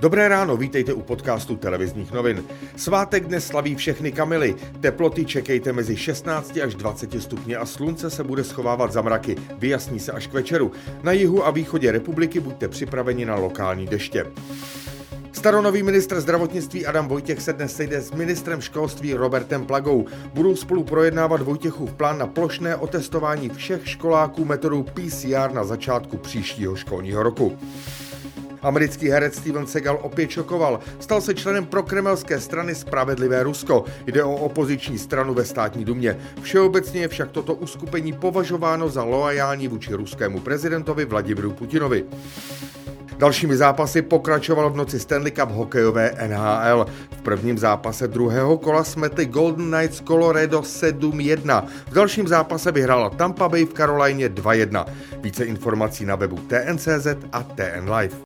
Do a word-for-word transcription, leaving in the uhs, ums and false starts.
Dobré ráno, vítejte u podcastu televizních novin. Svátek dnes slaví všechny Kamily. Teploty čekejte mezi šestnácti až dvaceti stupně a slunce se bude schovávat za mraky. Vyjasní se až k večeru. Na jihu a východě republiky buďte připraveni na lokální deště. Staronový ministr zdravotnictví Adam Vojtěch se dnes sejde s ministrem školství Robertem Plagou. Budou spolu projednávat Vojtěchův plán na plošné otestování všech školáků metodou P C R na začátku příštího školního roku. Americký herec Steven Seagal opět šokoval. Stal se členem prokremelské strany Spravedlivé Rusko. Jde o opoziční stranu ve státní dumě. Všeobecně je však toto uskupení považováno za loajální vůči ruskému prezidentovi Vladimiru Putinovi. Dalšími zápasy pokračoval v noci Stanley Cup hokejové N H L. V prvním zápase druhého kola smetli Golden Knights Colorado sedm jedna. V dalším zápase vyhrála Tampa Bay v Carolině dva jedna. Více informací na webu T N C Z a T N Live.